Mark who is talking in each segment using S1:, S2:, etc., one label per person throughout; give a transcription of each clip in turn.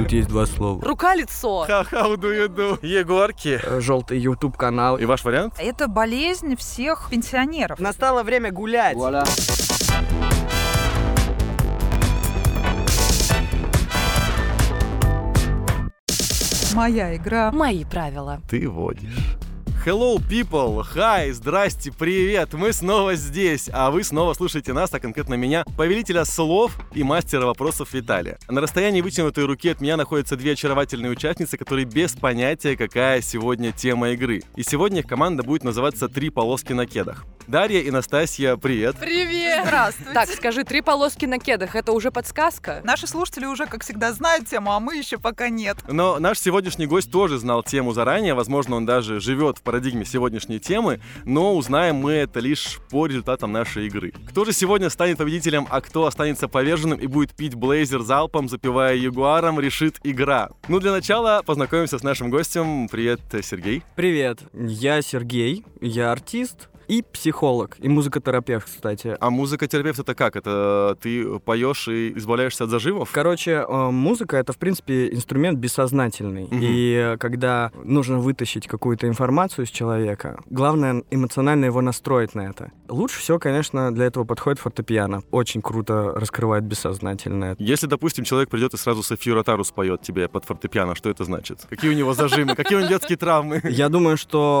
S1: Тут есть два слова.
S2: Рука-лицо.
S3: How do you do? Егорки.
S1: Желтый YouTube-канал.
S3: И ваш вариант?
S4: Это болезнь всех пенсионеров.
S1: Настало время гулять.
S5: Вуаля.
S4: Моя игра.
S2: Мои правила.
S3: Ты водишь. Hello, people! Hi! Здрасте, привет! Мы снова здесь, а вы снова слушаете нас, а конкретно меня, повелителя слов и мастера вопросов Виталия. На расстоянии вытянутой руки от меня находятся две очаровательные участницы, которые без понятия, какая сегодня тема игры. И сегодня их команда будет называться «Три полоски на кедах». Дарья и Настасья, привет!
S2: Привет!
S4: Здравствуйте.
S2: Так, скажи, 3 полоски на кедах, это уже подсказка?
S4: Наши слушатели уже, как всегда, знают тему, а мы еще пока нет.
S3: Но наш сегодняшний гость тоже знал тему заранее, возможно, он даже живет в парадигме сегодняшней темы, но узнаем мы это лишь по результатам нашей игры. Кто же сегодня станет победителем, а кто останется поверженным и будет пить блейзер залпом, запивая ягуаром, решит игра. Ну, для начала познакомимся с нашим гостем. Привет, Сергей.
S1: Привет, я Сергей, я артист и психолог, и музыкотерапевт, кстати.
S3: А музыкотерапевт это как? Это ты поешь и избавляешься от зажимов?
S1: Короче, музыка — это, в принципе, инструмент бессознательный. И когда нужно вытащить какую-то информацию из человека, главное эмоционально его настроить на это. Лучше всего, конечно, для этого подходит фортепиано. Очень круто раскрывает бессознательное.
S3: Если, допустим, человек придет и сразу Софию Ротару споет тебе под фортепиано, что это значит? Какие у него зажимы? Какие у него детские травмы?
S1: Я думаю,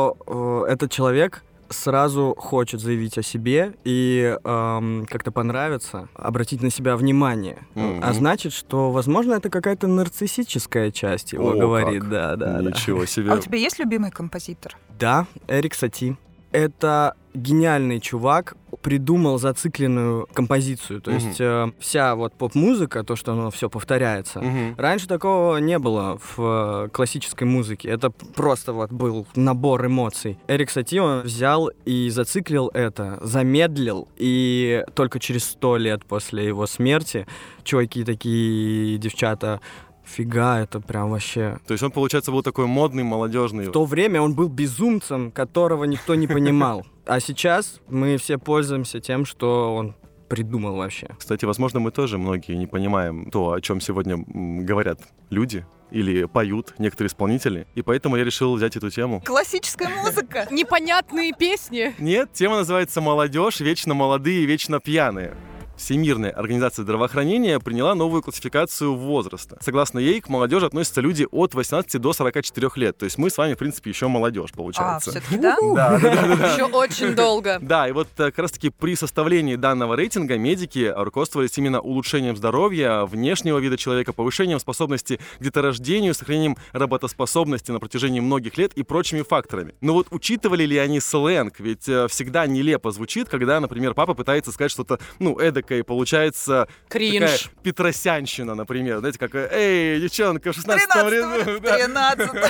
S1: что этот человек сразу хочет заявить о себе и как-то понравиться, обратить на себя внимание. А значит, что, возможно, это какая-то нарциссическая часть его говорит.
S3: Как?
S1: Да.
S3: Ничего себе.
S4: А у тебя есть любимый композитор?
S1: Да, Эрик Сати. Это гениальный чувак, придумал зацикленную композицию. То есть вся вот поп-музыка, то, что оно все повторяется. Раньше такого не было в классической музыке. Это просто вот был набор эмоций. Эрик Сати, он взял и зациклил это, замедлил, и только через 100 лет после его смерти чуваки такие, девчата, фига, это прям вообще...
S3: То есть он, получается, был такой модный, молодежный.
S1: В то время он был безумцем, которого никто не понимал. А сейчас мы все пользуемся тем, что он придумал вообще.
S3: Кстати, возможно, мы тоже многие не понимаем то, о чем сегодня говорят люди или поют некоторые исполнители, и поэтому я решил взять эту тему.
S4: Классическая музыка.
S2: Непонятные песни.
S3: Нет, тема называется «Молодежь, вечно молодые, вечно пьяные». Всемирная организация здравоохранения приняла новую классификацию возраста. Согласно ей, к молодежи относятся люди от 18 до 44 лет. То есть мы с вами, в принципе, еще молодежь, получается.
S4: Все-таки, да?
S3: Да.
S2: Еще очень долго.
S3: Да, и вот как раз-таки при составлении данного рейтинга медики руководствовались именно улучшением здоровья, внешнего вида человека, повышением способности к деторождению, сохранением работоспособности на протяжении многих лет и прочими факторами. Но вот учитывали ли они сленг? Ведь всегда нелепо звучит, когда, например, папа пытается сказать что-то, эдакое, и получается
S2: кринж.
S3: Такая петросянщина, например. Знаете, как «Эй, девчонка, в 16-м ряду».
S4: 13.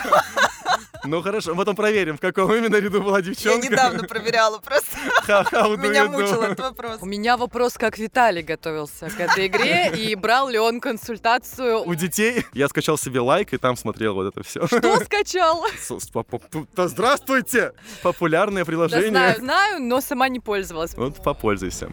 S3: Ну хорошо, потом проверим, в каком именно ряду была
S4: Я
S3: девчонка.
S4: недавно проверяла просто. Меня мучил этот вопрос.
S2: У меня вопрос, как Виталий готовился к этой игре и брал ли он консультацию
S3: У детей я скачал себе лайк и там смотрел вот это все.
S2: Что скачал?
S3: Да здравствуйте! Популярное
S2: Да,
S3: приложение.
S2: знаю, но сама не пользовалась.
S3: Вот попользуйся.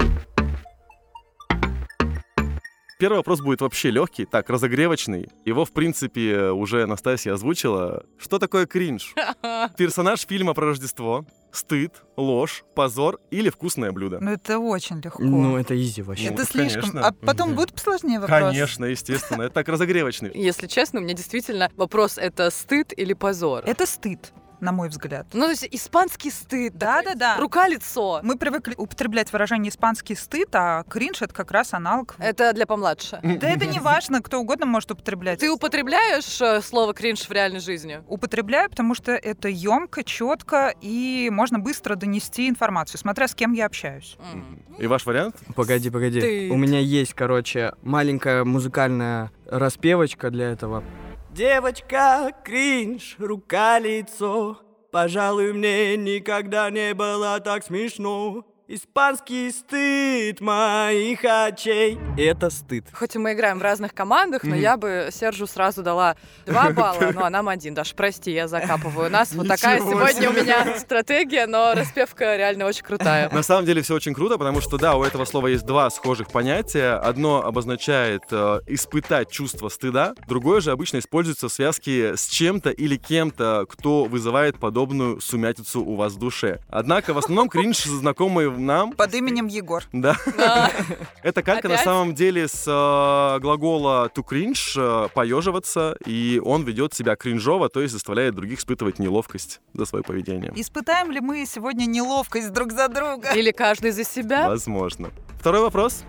S3: Первый вопрос будет вообще легкий, так, разогревочный. Его, в принципе, уже Настасья озвучила. Что такое кринж? Персонаж фильма про Рождество, стыд, ложь, позор или вкусное блюдо?
S4: Ну, это очень легко.
S1: Ну, это изи вообще.
S4: Это
S3: Ну,
S4: слишком.
S3: конечно.
S4: А потом будет посложнее вопрос?
S3: Конечно, естественно. Это так, разогревочный.
S2: Если честно, у меня действительно вопрос, это стыд или позор?
S4: Это стыд, на мой взгляд.
S2: Ну, то есть испанский стыд.
S4: Да.
S2: Рука-лицо.
S4: Мы привыкли употреблять выражение «испанский стыд», а кринж — это как раз аналог.
S2: Это для помладше.
S4: Да это не важно, кто угодно может употреблять.
S2: Ты употребляешь слово кринж в реальной жизни?
S4: Употребляю, потому что это емко, четко и можно быстро донести информацию, смотря с кем я общаюсь.
S3: И ваш вариант?
S1: Погоди.
S2: Стыд.
S1: У меня есть, маленькая музыкальная распевочка для этого. Девочка, кринж, рука-лицо. Пожалуй, мне никогда не было так смешно. Испанский стыд моих очей. Это стыд.
S2: Хоть и мы играем в разных командах, но я бы Сержу сразу дала 2 балла, ну а нам 1. Даш, прости, я закапываю нас. Вот такая сегодня у меня стратегия, но распевка реально очень крутая.
S3: На самом деле все очень круто, потому что, да, у этого слова есть 2 схожих понятия. Одно обозначает испытать чувство стыда, другое же обычно используется в связке с чем-то или кем-то, кто вызывает подобную сумятицу у вас в душе. Однако в основном кринж знакомый нам.
S4: Под именем Егор.
S3: Да. Это калька на самом деле с глагола to cringe, поеживаться, и он ведет себя кринжово, то есть заставляет других испытывать неловкость за свое поведение.
S4: Испытаем ли мы сегодня неловкость друг за друга?
S2: Или каждый за себя?
S3: Возможно. Второй вопрос.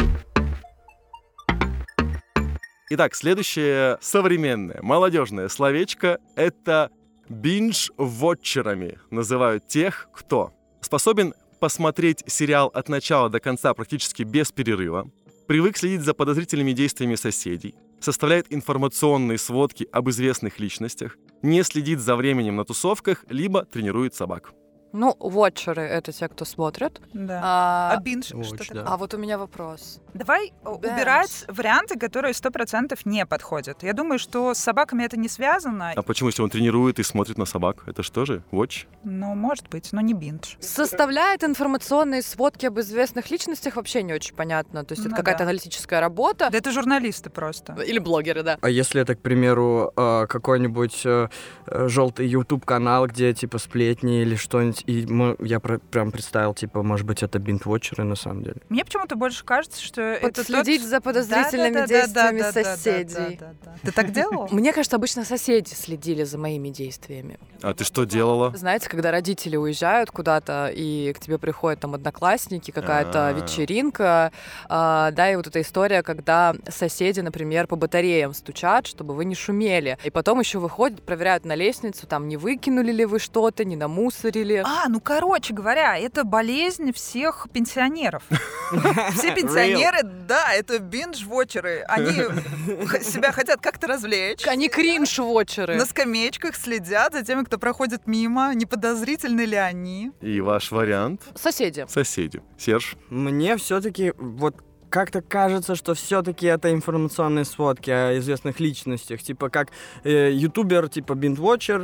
S3: Итак, следующее современное, молодежное словечко — это binge-watcherами. Называют тех, кто способен посмотреть сериал от начала до конца практически без перерыва, привык следить за подозрительными действиями соседей, составляет информационные сводки об известных личностях, не следит за временем на тусовках, либо тренирует собак.
S2: Ну, вотчеры — это те, кто смотрят.
S4: Да. Биндж, что
S1: Watch,
S4: такое?
S1: да.
S2: А вот у меня вопрос.
S4: Давай убирать варианты, которые 100% не подходят. Я думаю, что с собаками это не связано.
S3: А почему, если он тренирует и смотрит на собак? Это что же? Watch?
S4: Ну, может быть, но не биндж.
S2: Составляет информационные сводки об известных личностях вообще не очень понятно. То есть это
S4: Ну
S2: какая-то
S4: да.
S2: аналитическая работа.
S4: Да это журналисты просто.
S2: Или блогеры, да.
S1: А если это, к примеру, какой-нибудь желтый YouTube-канал, где типа сплетни или что-нибудь, и я прям представил, типа, может быть, это бинт-вотчеры на самом деле.
S4: Мне почему-то больше кажется, что это
S2: Следить за подозрительными действиями соседей.
S4: Ты так делал?
S2: Мне кажется, обычно соседи следили за моими действиями.
S3: А ты что делала?
S2: Знаете, когда родители уезжают куда-то, и к тебе приходят там одноклассники, какая-то вечеринка, да, и вот эта история, когда соседи, например, по батареям стучат, чтобы вы не шумели. И потом еще выходят, проверяют на лестницу, там, не выкинули ли вы что-то, не намусорили.
S4: Ну, короче говоря, это болезнь всех пенсионеров. Все пенсионеры, да, это биндж-вотчеры. Они себя хотят как-то развлечь.
S2: Они кринж-вотчеры.
S4: На скамеечках следят за теми, кто проходит мимо, не подозрительны ли они.
S3: И ваш вариант?
S2: Соседи.
S3: Соседи. Серж?
S1: Мне все-таки вот как-то кажется, что все-таки это информационные сводки о известных личностях. Типа как ютубер, типа Binge-Watcher,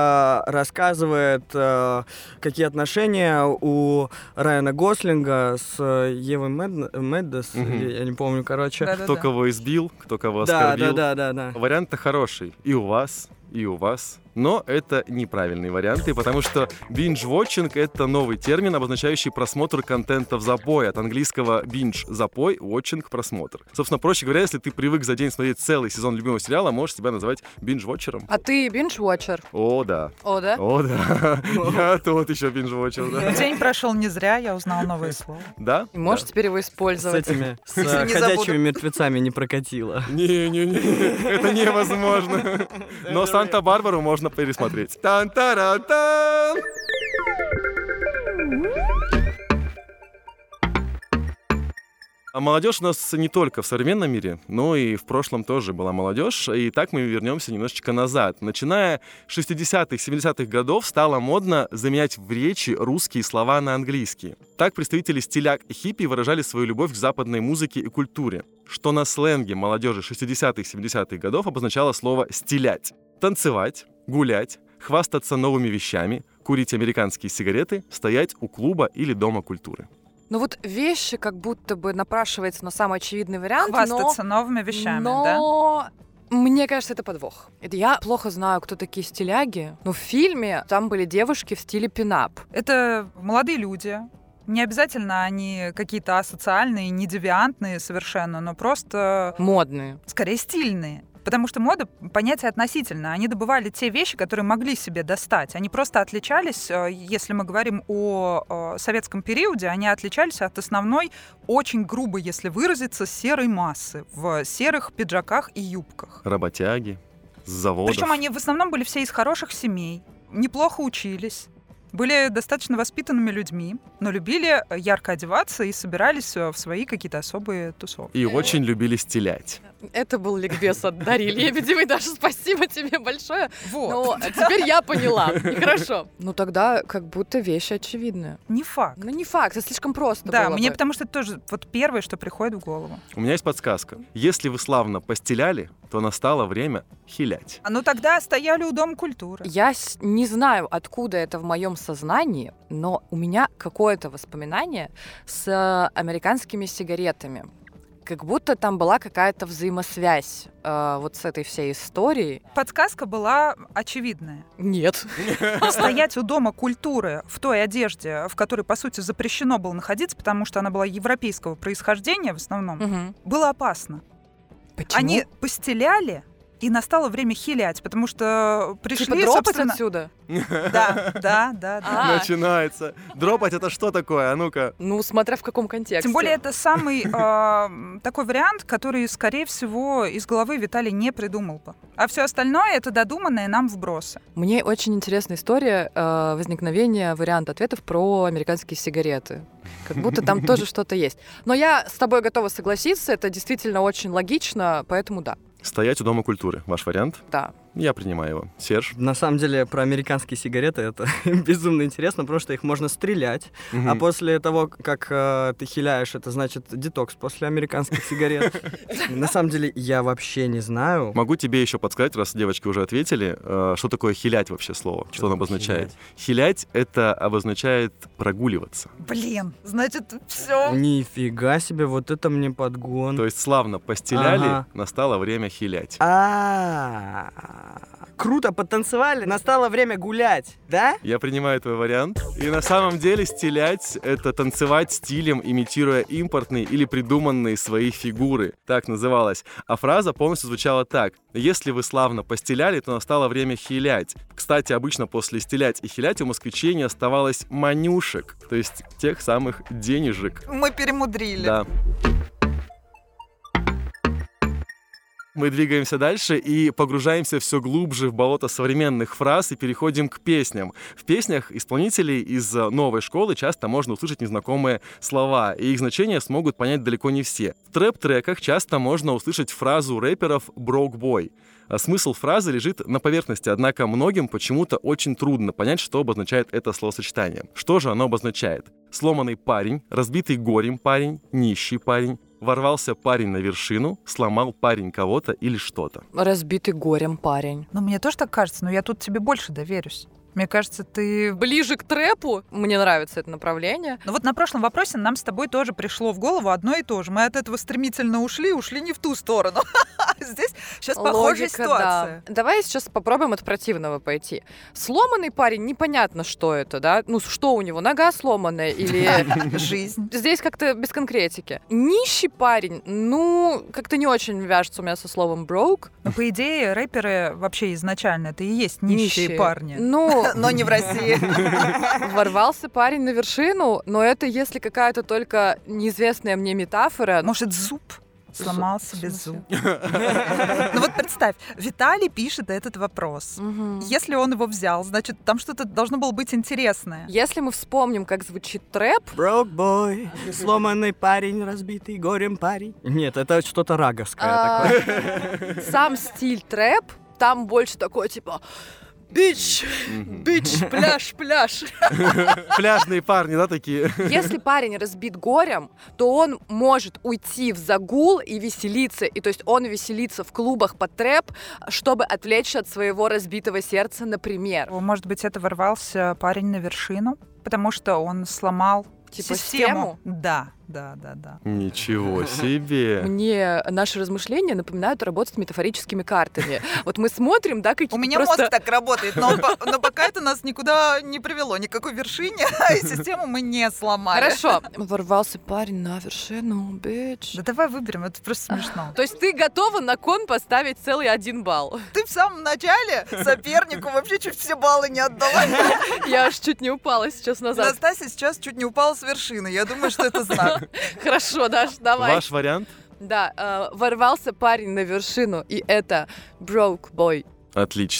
S1: рассказывает, какие отношения у Райана Гослинга с Евой Мэддес. Я не помню, короче.
S3: Кто кого избил, кто кого оскорбил.
S1: Да.
S3: Вариант-то хороший. И у вас, и у вас. Но это неправильные варианты, потому что binge-watching — это новый термин, обозначающий просмотр контента в запой. От английского binge — запой, watching — просмотр. Собственно, проще говоря, если ты привык за день смотреть целый сезон любимого сериала, можешь себя называть binge-watcherом.
S2: А ты binge-watcher?
S3: О, да.
S2: О, да?
S3: О, да. Я тот еще binge-watcher, да.
S4: День прошел не зря, я узнал новое слово.
S3: Да?
S2: И можешь теперь его
S1: С
S2: использовать.
S1: этими, с
S4: не
S1: ходячими
S4: забуду.
S1: мертвецами не прокатило.
S3: Не-не-не, это невозможно. Но Санта-Барбару можно пересмотреть. Тан-таран-тан! А молодежь у нас не только в современном мире, но и в прошлом тоже была молодежь. И так мы вернемся немножечко назад. Начиная с 60-х, 70-х годов стало модно заменять в речи русские слова на английские. Так представители стиляк и хиппи выражали свою любовь к западной музыке и культуре, что на сленге молодежи 60-х, 70-х годов обозначало слово «стилять». Танцевать, гулять, хвастаться новыми вещами, курить американские сигареты, стоять у клуба или дома культуры.
S2: Ну вот вещи как будто бы напрашивается на самый очевидный вариант,
S4: Хвастаться новыми вещами, да?
S2: но... Мне кажется, это подвох. Это я плохо знаю, кто такие стиляги, но в фильме там были девушки в стиле пинап.
S4: Это молодые люди. Не обязательно они какие-то асоциальные, не девиантные совершенно, но просто...
S2: Модные.
S4: Скорее, стильные. Потому что мода — понятие относительно. Они добывали те вещи, которые могли себе достать. Они просто отличались, если мы говорим о советском периоде, они отличались от основной, очень грубо, если выразиться, серой массы в серых пиджаках и юбках.
S3: Работяги, с заводов.
S4: Причем они в основном были все из хороших семей, неплохо учились. были достаточно воспитанными людьми, но любили ярко одеваться и собирались в свои какие-то особые тусовки.
S3: И очень любили стилять.
S2: Это был ликбез от Дарьи Лебедевой. Даша, спасибо тебе большое.
S4: Вот.
S2: Ну, теперь я поняла. Хорошо. Ну, тогда как будто вещи очевидные.
S4: Не факт.
S2: Ну, не факт, это слишком просто
S4: Да,
S2: было
S4: мне
S2: бы.
S4: потому что это тоже вот первое, что приходит в голову.
S3: У меня есть подсказка. Если вы славно постеляли, то настало время хилять.
S4: Ну тогда стояли у Дома культуры.
S2: Я не знаю, откуда это в моем сознании, но у меня какое-то воспоминание с американскими сигаретами. Как будто там была какая-то взаимосвязь вот с этой всей историей.
S4: Подсказка была очевидная.
S2: Нет.
S4: Стоять у Дома культуры в той одежде, в которой, по сути, запрещено было находиться, потому что она была европейского происхождения в основном, было опасно.
S2: Почему?
S4: Они постеляли, и настало время хилять, потому что пришли,
S2: Типа дропать
S4: собственно...
S2: отсюда?
S4: Да.
S3: Начинается. Дропать это что такое? А ну-ка.
S2: Ну, смотря в каком контексте.
S4: Тем более это самый такой вариант, который, скорее всего, из головы Виталий не придумал бы. А все остальное — это додуманное нам вбросы.
S2: Мне очень интересна история возникновения варианта ответов про американские сигареты. Как будто там тоже что-то есть. Но я с тобой готова согласиться, это действительно очень логично, поэтому да.
S3: Стоять у Дома культуры. Ваш вариант?
S2: Да.
S3: Я принимаю его. Серж?
S1: На самом деле, про американские сигареты это безумно интересно, потому что их можно стрелять, а после того, как ты хиляешь, это значит детокс после американских сигарет. На самом деле, я вообще не знаю.
S3: Могу тебе еще подсказать, раз девочки уже ответили, что такое хилять вообще слово? Что оно обозначает? Хилять — это обозначает прогуливаться.
S4: Блин, значит, все.
S1: Нифига себе, вот это мне подгон.
S3: То есть славно постеляли, настало время хилять.
S1: Круто потанцевали, настало время гулять, да?
S3: Я принимаю твой вариант. И на самом деле стилять — это танцевать стилем, имитируя импортные или придуманные свои фигуры. Так называлось. А фраза полностью звучала так. Если вы славно постеляли, то настало время хилять. Кстати, обычно после стилять и хилять у москвичей не оставалось манюшек, то есть тех самых денежек.
S4: Мы перемудрили.
S3: Да. Мы двигаемся дальше и погружаемся все глубже в болото современных фраз и переходим к песням. В песнях исполнителей из новой школы часто можно услышать незнакомые слова, и их значения смогут понять далеко не все. В трэп-треках часто можно услышать фразу рэперов «broke boy». Смысл фразы лежит на поверхности, однако многим почему-то очень трудно понять, что обозначает это словосочетание. Что же оно обозначает? Сломанный парень, разбитый горем парень, нищий парень, ворвался парень на вершину, сломал парень кого-то или что-то.
S2: Разбитый горем парень.
S4: Ну, мне тоже так кажется, но я тут тебе больше доверюсь. Мне кажется, ты...
S2: Ближе к трэпу. Мне нравится это направление.
S4: Ну вот на прошлом вопросе нам с тобой тоже пришло в голову одно и то же. Мы от этого стремительно ушли не в ту сторону. Здесь сейчас похожая ситуация.
S2: Да. Давай сейчас попробуем от противного пойти. Сломанный парень, непонятно, что это, да? Ну, что у него, нога сломанная или...
S4: Жизнь.
S2: Здесь как-то без конкретики. Нищий парень, ну, как-то не очень вяжется у меня со словом broke.
S4: Ну, по идее, рэперы вообще изначально это и есть нищие парни.
S2: Ну,
S4: но не в России.
S2: Ворвался парень на вершину, но это если какая-то только неизвестная мне метафора.
S4: Может, зуб? Сломал себе зуб. Ну вот представь, Виталий пишет этот вопрос. Если он его взял, значит, там что-то должно было быть интересное.
S2: Если мы вспомним, как звучит трэп...
S1: Broke boy, сломанный парень, разбитый горем парень. Нет, это что-то раговское такое.
S2: Сам стиль трэп, там больше такой, типа... Бич, пляж.
S3: Пляжные парни, да, такие?
S2: Если парень разбит горем, то он может уйти в загул и веселиться. И то есть он веселится в клубах под трэп, чтобы отвлечься от своего разбитого сердца, например.
S4: Может быть, это ворвался парень на вершину, потому что он сломал систему. Да.
S3: Ничего себе!
S2: Мне наши размышления напоминают работу с метафорическими картами. Вот мы смотрим, да, какие-то
S4: У меня
S2: просто...
S4: мозг так работает, но пока это нас никуда не привело, никакой вершине, и систему мы не сломали.
S2: Хорошо. Ворвался парень на вершину, бич.
S4: Да давай выберем, это просто смешно.
S2: То есть ты готова на кон поставить целый 1 балл?
S4: Ты в самом начале сопернику вообще чуть все баллы не отдала.
S2: Я аж чуть не упала сейчас назад.
S4: Настасья сейчас чуть не упала с вершины. Я думаю, что это знак.
S2: Хорошо, Даш, давай.
S3: Ваш вариант?
S2: Да, ворвался парень на вершину, и это broke boy.
S3: Отлично.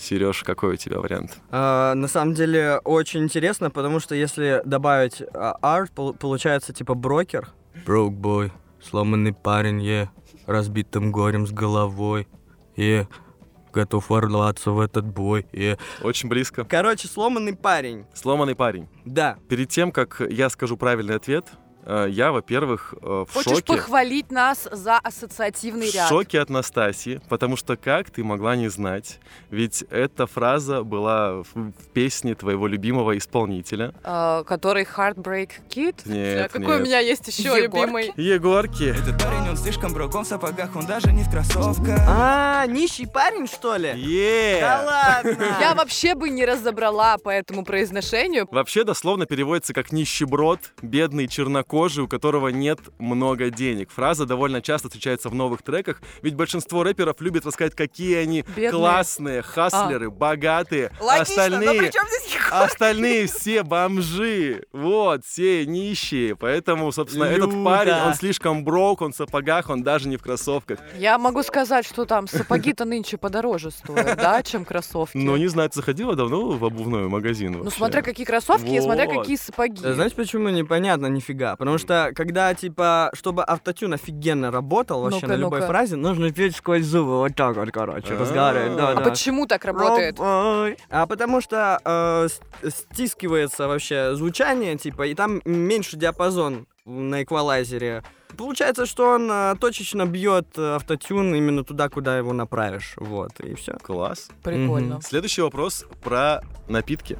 S3: Сереж, какой у тебя вариант?
S1: На самом деле очень интересно, потому что если добавить арт, получается типа брокер. Broke boy, сломанный парень, разбитым горем с головой, готов ворваться в этот бой,
S3: Очень близко.
S1: Короче, сломанный парень.
S3: Сломанный парень.
S1: Да.
S3: Перед тем, как я скажу правильный ответ, я, во-первых, в
S2: Хочешь
S3: шоке.
S2: похвалить нас за ассоциативный
S3: В
S2: ряд?
S3: шоке от Настасьи, потому что как ты могла не знать? Ведь эта фраза была в песне твоего любимого исполнителя.
S2: Который Heartbreak Kid?
S3: Нет,
S2: Какой у меня есть еще любимый?
S3: Егорки.
S5: Этот парень, он слишком брок, он в сапогах, он даже не в кроссовках.
S1: Нищий парень, что ли?
S3: Да
S1: Да ладно!
S2: Я вообще бы не разобрала по этому произношению.
S3: Вообще дословно переводится как нищеброд, бедный чернокожий, у которого нет много денег. Фраза довольно часто встречается в новых треках, ведь большинство рэперов любят рассказать, какие они
S2: Бедные.
S3: классные, хаслеры, богатые.
S4: Логично, но при чем здесь Егор?
S3: Остальные все бомжи, вот, все нищие. Поэтому, собственно, этот
S1: Люда.
S3: парень, он слишком брок, он в сапогах, он даже не в кроссовках.
S2: Я могу сказать, что там сапоги-то нынче подороже стоят, да, чем кроссовки.
S3: Ну, не знаю, ты заходила давно в обувной магазин?
S2: Ну,
S3: вообще?
S2: смотря какие кроссовки и смотря
S3: Вот.
S2: какие сапоги.
S1: Знаете, почему непонятно нифига? Потому что, когда, типа, чтобы автотюн офигенно работал вообще
S2: Ну-ка,
S1: на любой
S2: ну-ка.
S1: фразе, нужно петь сквозь зубы вот так вот, короче, разговаривать.
S3: А
S2: А почему так работает?
S1: Потому что стискивается вообще звучание, типа, и там меньше диапазон на эквалайзере. Получается, что он точечно бьет автотюн именно туда, куда его направишь. Вот, и все.
S3: Класс.
S2: Прикольно.
S3: Следующий вопрос про напитки.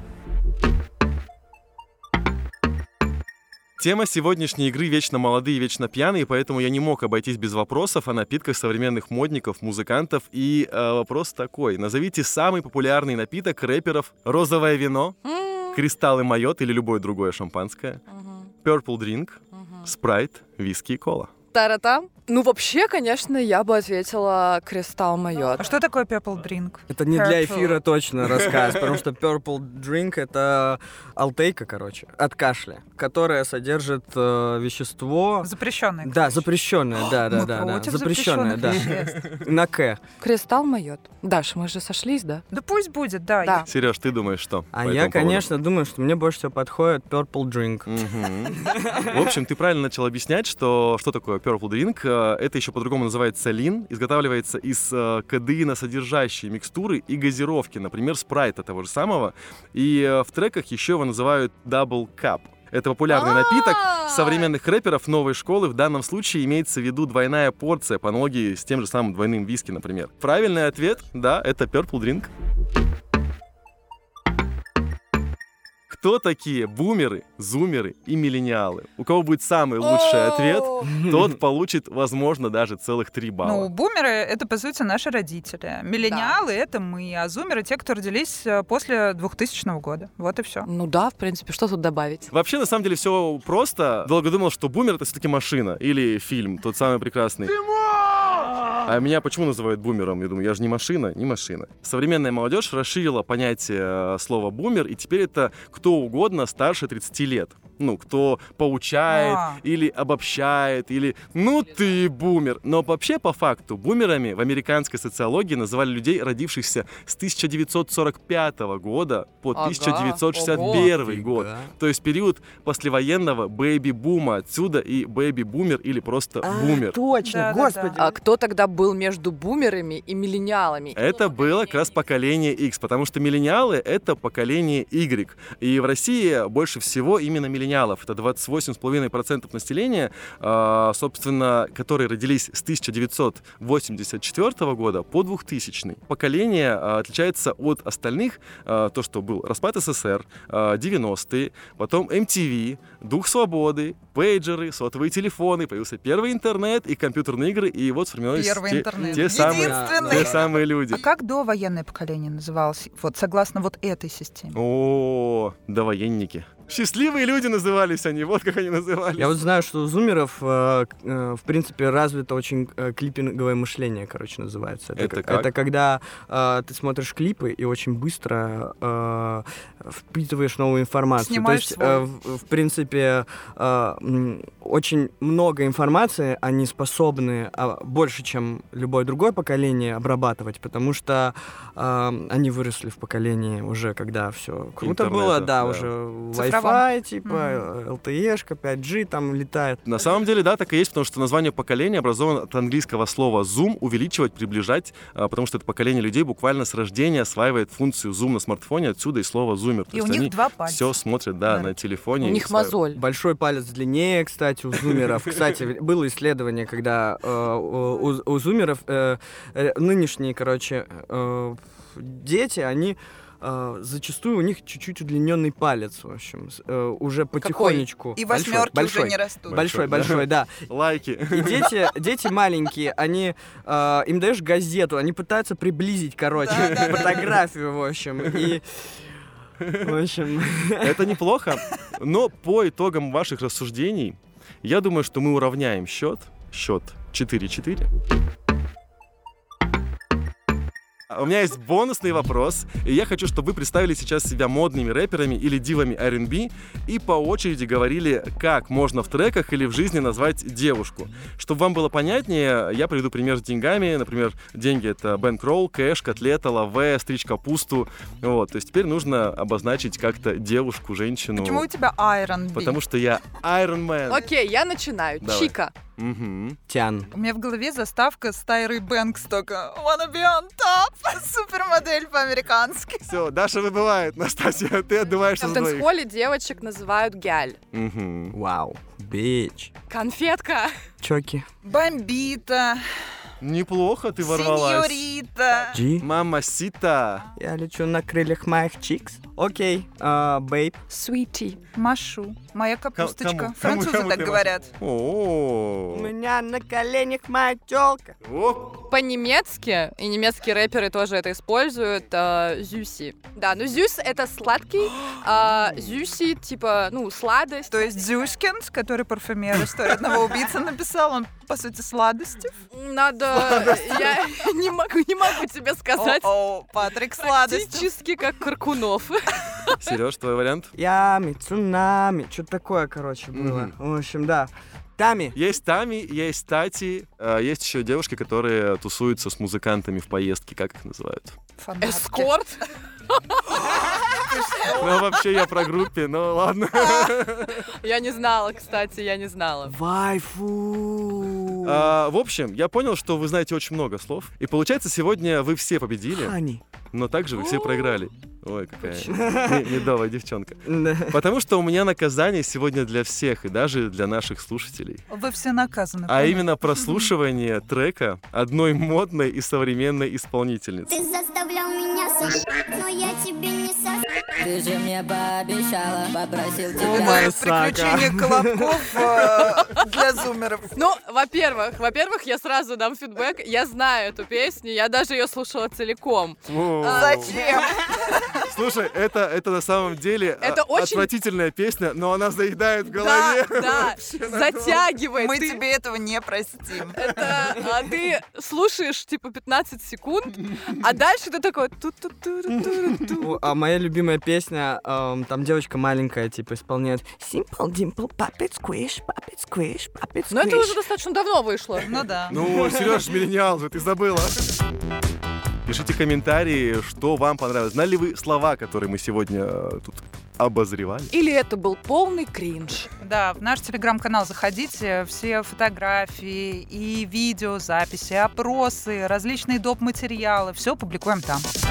S3: Тема сегодняшней игры «Вечно молодые, вечно пьяные», поэтому я не мог обойтись без вопросов о напитках современных модников, музыкантов. И вопрос такой. Назовите самый популярный напиток рэперов: розовое вино, кристаллы майот или любое другое шампанское, purple drink, спрайт, виски и кола.
S2: Таратам. Ну, вообще, конечно, я бы ответила Кристалл Майот.
S4: А что такое purple drink?
S1: Это не для
S4: Purple.
S1: эфира точно рассказ, потому что purple drink — это алтейка, короче, от кашля, которая содержит вещество...
S4: Запрещенное.
S1: Да, запрещенное, да,
S4: Мы
S1: да,
S4: против
S1: запрещенное, да.
S4: запрещенных веществ.
S1: На К.
S2: Кристалл Майот. Даш, мы же сошлись, да?
S4: Да пусть будет, да.
S2: Да.
S3: Сереж, ты думаешь, что?
S1: А
S3: по
S1: я,
S3: этому поводу?
S1: конечно, думаю, что мне больше всего подходит purple drink.
S3: В общем, ты правильно начал объяснять, что такое purple drink. Это еще по-другому называется лин. Изготавливается из кадеина-содержащей микстуры и газировки, например, спрайта того же самого. И в треках еще его называют double cup. Это популярный напиток современных рэперов новой школы. В данном случае имеется в виду двойная порция, по аналогии с тем же самым двойным виски, например. Правильный ответ, да, это purple drink. Кто такие бумеры, зумеры и миллениалы? У кого будет самый лучший ответ, тот получит, возможно, даже целых 3 балла.
S4: Ну, бумеры — это, по сути, наши родители. Миллениалы — это мы, а зумеры — те, кто родились после 2000 года. Вот и все.
S2: Ну да, в принципе, что тут добавить?
S3: Вообще, на самом деле, все просто. Долго думал, что бумер — это все-таки машина или фильм, тот самый прекрасный. А меня почему называют бумером? Я думаю, я же не машина, не машина. Современная молодежь расширила понятие слова бумер, и теперь это кто угодно старше 30 лет. Ну, кто поучает, или обобщает, или «ну ты бумер». Но вообще, по факту, бумерами в американской социологии называли людей, родившихся с 1945 года по 1961 год. То есть период послевоенного бэйби-бума. Отсюда и бэйби-бумер или просто бумер.
S1: Точно, господи.
S2: А кто тогда был между бумерами и миллениалами?
S3: Это было как раз поколение X, потому что миллениалы — это поколение Y. И в России больше всего именно миллениалов. Это 28,5% населения, собственно, которые родились с 1984 года по 2000. Поколение отличается от остальных, то, что был распад СССР, 90-е, потом MTV, дух свободы, пейджеры, сотовые телефоны, появился первый интернет и компьютерные игры, и вот сформировались те самые люди.
S4: А как довоенное поколение называлось? Вот согласно вот этой системе.
S3: О, довоенники. Счастливые люди назывались они, вот как они назывались.
S1: Я вот знаю, что у зумеров, в принципе, развито очень клиппинговое мышление, короче, называется.
S3: Это как?
S1: Это когда ты смотришь клипы и очень быстро впитываешь новую информацию.
S4: Снимаешь
S1: То есть, в принципе, очень много информации они способны больше, чем любое другое поколение, обрабатывать, потому что они выросли в поколении уже, когда все круто было, да, уже Wi-Fi, типа, LTE-шка, 5G там летает.
S3: На самом деле, да, так и есть, потому что название поколения образовано от английского слова zoom, увеличивать, приближать, потому что это поколение людей буквально с рождения осваивает функцию zoom на смартфоне, отсюда и слово зумер.
S4: И у них 2 пальца.
S3: Все смотрят, да, на телефоне.
S2: У них мозоль.
S1: Большой палец длиннее, кстати, у зумеров. Кстати, было исследование, когда у зумеров нынешние, короче, дети, они зачастую у них чуть-чуть удлиненный палец, в общем, уже потихонечку.
S4: И 8 уже не растут.
S1: Большой, да.
S3: Лайки.
S1: И дети маленькие, они, им даешь газету, они пытаются приблизить, короче, фотографию, в общем, и... В общем...
S3: Это неплохо, но по итогам ваших рассуждений, я думаю, что мы уравняем счет 4-4. У меня есть бонусный вопрос, и я хочу, чтобы вы представили сейчас себя модными рэперами или дивами R&B и по очереди говорили, как можно в треках или в жизни назвать девушку. Чтобы вам было понятнее, я приведу пример с деньгами. Например, деньги — это бэнкролл, кэш, котлета, лаве, стричь капусту. Вот, то есть теперь нужно обозначить как-то девушку, женщину.
S4: Почему у тебя Iron B?
S3: Потому что я Iron Man.
S2: Окей, я начинаю.
S3: Давай.
S2: Чика.
S3: Угу.
S1: Тян.
S4: У меня в голове заставка с Тайрой Бэнкс только «Wanna be on top». Супермодель по-американски.
S3: Все, Даша выбывает. Настасья, ты отдуваешься
S2: В
S3: за двоих.
S2: танцполе девочек называют гяль.
S3: Угу.
S1: Вау. Бич.
S2: Конфетка.
S1: Чоки.
S4: Бомбита.
S3: Неплохо ты ворвалась.
S4: Сеньорита.
S1: Джи.
S3: Мамасита.
S1: Я лечу на крыльях моих чикс. Окей. Бейб.
S2: Sweetie.
S4: Машу. Моя капусточка.
S3: Кому
S4: Французы
S3: ты
S4: так говорят.
S1: У
S3: О.
S1: меня на коленях моя тёлка.
S2: По-немецки, и немецкие рэперы тоже это используют, зюси. Да, ну зюс — это сладкий, зюси — типа, ну, сладость.
S4: То есть Зюшкинс, который парфюмер «История одного убийцы» написал, он, по сути, сладостив.
S2: Надо... Я не могу тебе сказать.
S4: О, Патрик сладостив.
S2: Практически как Каркунов.
S3: Сереж, твой вариант?
S1: Ями, цунами. Что-то такое, короче, было. В общем, да. Тами.
S3: Есть Тами, есть Тати, есть еще девушки, которые тусуются с музыкантами в поездке. Как их называют?
S4: Фанатки.
S2: Эскорт.
S3: Ну, вообще я про группе, но ладно.
S2: Я не знала, кстати, я не знала.
S1: Вайфу.
S3: В общем, я понял, что вы знаете очень много слов. И получается, сегодня вы все победили,
S1: Хани.
S3: но также вы все проиграли. Ой, какая медовая девчонка.
S1: Да.
S3: Потому что у меня наказание сегодня для всех, и даже для наших слушателей.
S4: Вы все наказаны.
S3: А именно прослушивание трека одной модной и современной исполнительницы.
S6: Ты заставлял меня сосать, но я тебе не сосать.
S7: Ты же мне пообещала, попросил
S1: О,
S7: тебя.
S1: моя
S4: Это приключение Колобков для зумеров.
S2: Ну, во-первых, я сразу дам фидбэк. Я знаю эту песню, я даже ее слушала целиком.
S4: Зачем?
S3: Слушай, это на самом деле
S2: Это очень-
S3: отвратительная песня, но она заедает в голове.
S2: Да, затягивает.
S4: Мы
S2: Ты-
S4: тебе этого не простим.
S2: Ты слушаешь, типа, 15 секунд, а дальше ты такой... ту-ту-ту-ру-ту-ру-ту.
S1: А моя любимая песня, там девочка маленькая, типа, исполняет Simple Dimple, Puppet Squish, Puppet Squish, Puppet Squish.
S2: Но это уже достаточно давно вышло.
S4: Ну да.
S3: Ну, Сереж, миллениал же, ты забыла. Пишите комментарии, что вам понравилось. Знали ли вы слова, которые мы сегодня тут обозревали?
S2: Или это был полный кринж?
S4: Да, в наш телеграм-канал заходите, все фотографии и видео, записи, опросы, различные доп. Материалы, все публикуем там.